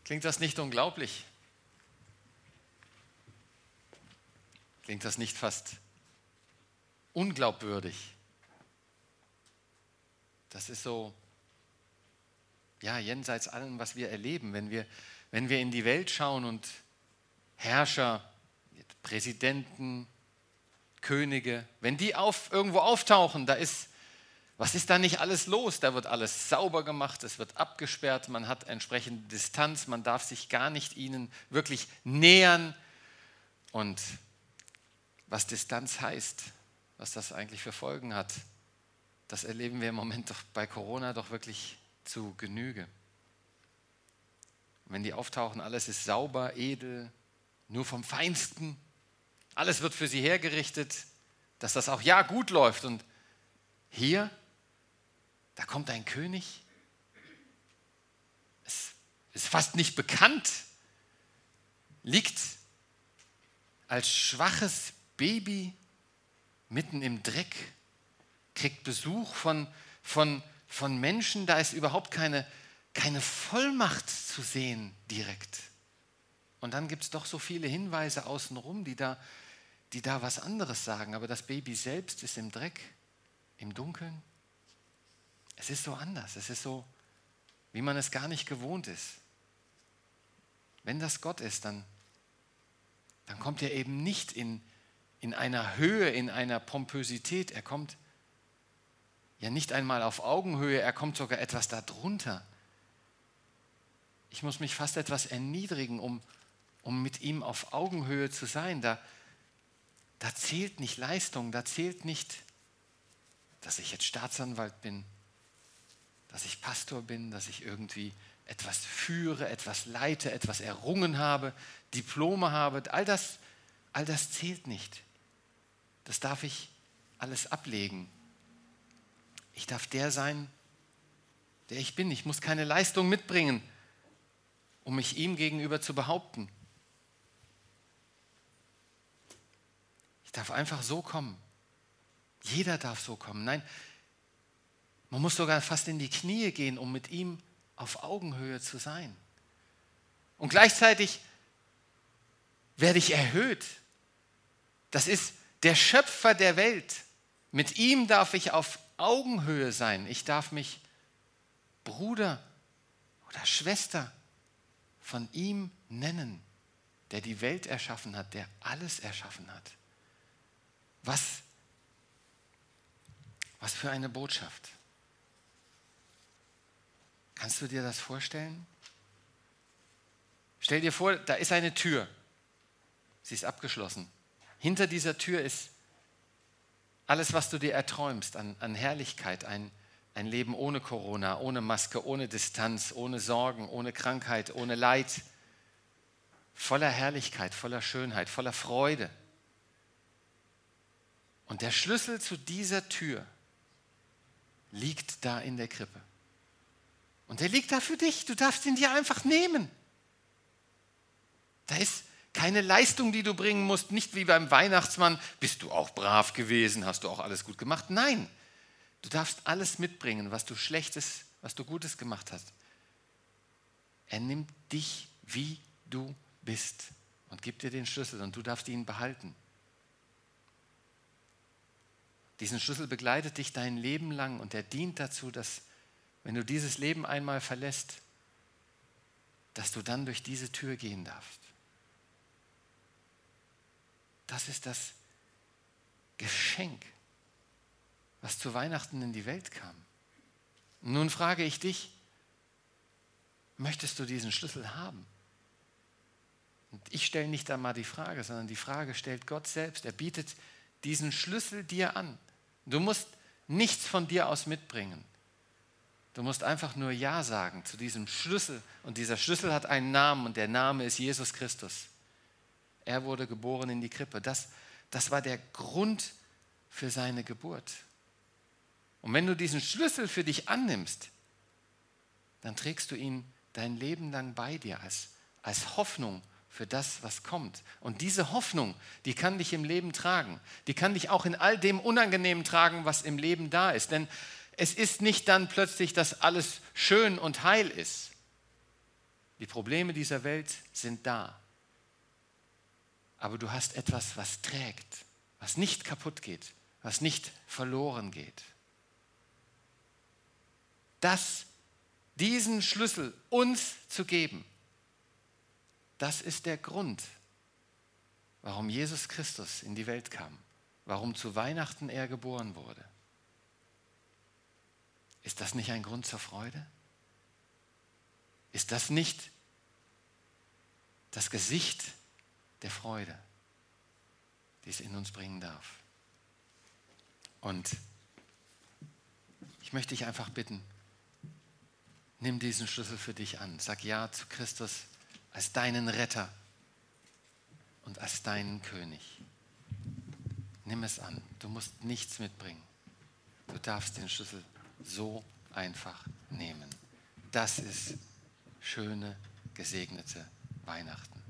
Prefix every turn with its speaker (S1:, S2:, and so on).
S1: Klingt das nicht unglaublich? Klingt das nicht fast unglaubwürdig? Das ist so, ja, jenseits allem, was wir erleben, wenn wir in die Welt schauen und Herrscher, Präsidenten, Könige, wenn die irgendwo auftauchen, was ist da nicht alles los? Da wird alles sauber gemacht, es wird abgesperrt, man hat entsprechende Distanz, man darf sich gar nicht ihnen wirklich nähern. Und was Distanz heißt, was das eigentlich für Folgen hat, das erleben wir im Moment doch bei Corona doch wirklich zu Genüge. Wenn die auftauchen, alles ist sauber, edel, nur vom Feinsten. Alles wird für sie hergerichtet, dass das auch ja gut läuft. Und hier, da kommt ein König. Es ist fast nicht bekannt, liegt als schwaches Baby mitten im Dreck, kriegt Besuch von Menschen, da ist überhaupt keine Vollmacht zu sehen direkt. Und dann gibt es doch so viele Hinweise außenrum, die da was anderes sagen. Aber das Baby selbst ist im Dreck, im Dunkeln. Es ist so anders, es ist so, wie man es gar nicht gewohnt ist. Wenn das Gott ist, dann kommt er eben nicht in einer Höhe, in einer Pompösität. Er kommt ja nicht einmal auf Augenhöhe, er kommt sogar etwas darunter. Ich muss mich fast etwas erniedrigen, um mit ihm auf Augenhöhe zu sein. Da zählt nicht Leistung, da zählt nicht, dass ich jetzt Staatsanwalt bin, dass ich Pastor bin, dass ich irgendwie etwas führe, etwas leite, etwas errungen habe, Diplome habe. All das zählt nicht. Das darf ich alles ablegen. Ich darf der sein, der ich bin. Ich muss keine Leistung mitbringen, um mich ihm gegenüber zu behaupten. Ich darf einfach so kommen. Jeder darf so kommen. Nein, man muss sogar fast in die Knie gehen, um mit ihm auf Augenhöhe zu sein. Und gleichzeitig werde ich erhöht. Das ist der Schöpfer der Welt. Mit ihm darf ich auf Augenhöhe sein. Ich darf mich Bruder oder Schwester von ihm nennen, der die Welt erschaffen hat, der alles erschaffen hat. Was für eine Botschaft. Kannst du dir das vorstellen? Stell dir vor, da ist eine Tür. Sie ist abgeschlossen. Hinter dieser Tür ist alles, was du dir erträumst an Herrlichkeit, ein Leben ohne Corona, ohne Maske, ohne Distanz, ohne Sorgen, ohne Krankheit, ohne Leid, voller Herrlichkeit, voller Schönheit, voller Freude. Und der Schlüssel zu dieser Tür liegt da in der Krippe. Und der liegt da für dich, du darfst ihn dir einfach nehmen. Da ist keine Leistung, die du bringen musst, nicht wie beim Weihnachtsmann, bist du auch brav gewesen, hast du auch alles gut gemacht. Nein, du darfst alles mitbringen, was du Schlechtes, was du Gutes gemacht hast. Er nimmt dich, wie du bist und gibt dir den Schlüssel und du darfst ihn behalten. Diesen Schlüssel begleitet dich dein Leben lang und er dient dazu, dass, wenn du dieses Leben einmal verlässt, dass du dann durch diese Tür gehen darfst. Das ist das Geschenk, was zu Weihnachten in die Welt kam. Und nun frage ich dich, möchtest du diesen Schlüssel haben? Und ich stelle nicht einmal die Frage, sondern die Frage stellt Gott selbst. Er bietet diesen Schlüssel dir an. Du musst nichts von dir aus mitbringen. Du musst einfach nur Ja sagen zu diesem Schlüssel. Und dieser Schlüssel hat einen Namen und der Name ist Jesus Christus. Er wurde geboren in die Krippe. Das war der Grund für seine Geburt. Und wenn du diesen Schlüssel für dich annimmst, dann trägst du ihn dein Leben lang bei dir als Hoffnung für das, was kommt. Und diese Hoffnung, die kann dich im Leben tragen. Die kann dich auch in all dem Unangenehmen tragen, was im Leben da ist. Denn es ist nicht dann plötzlich, dass alles schön und heil ist. Die Probleme dieser Welt sind da. Aber du hast etwas, was trägt, was nicht kaputt geht, was nicht verloren geht. Diesen Schlüssel uns zu geben, das ist der Grund, warum Jesus Christus in die Welt kam, warum zu Weihnachten er geboren wurde. Ist das nicht ein Grund zur Freude? Ist das nicht das Gesicht der Freude, die es in uns bringen darf? Und ich möchte dich einfach bitten, nimm diesen Schlüssel für dich an. Sag Ja zu Christus als deinen Retter und als deinen König. Nimm es an. Du musst nichts mitbringen. Du darfst den Schlüssel so einfach nehmen. Das ist schöne, gesegnete Weihnachten.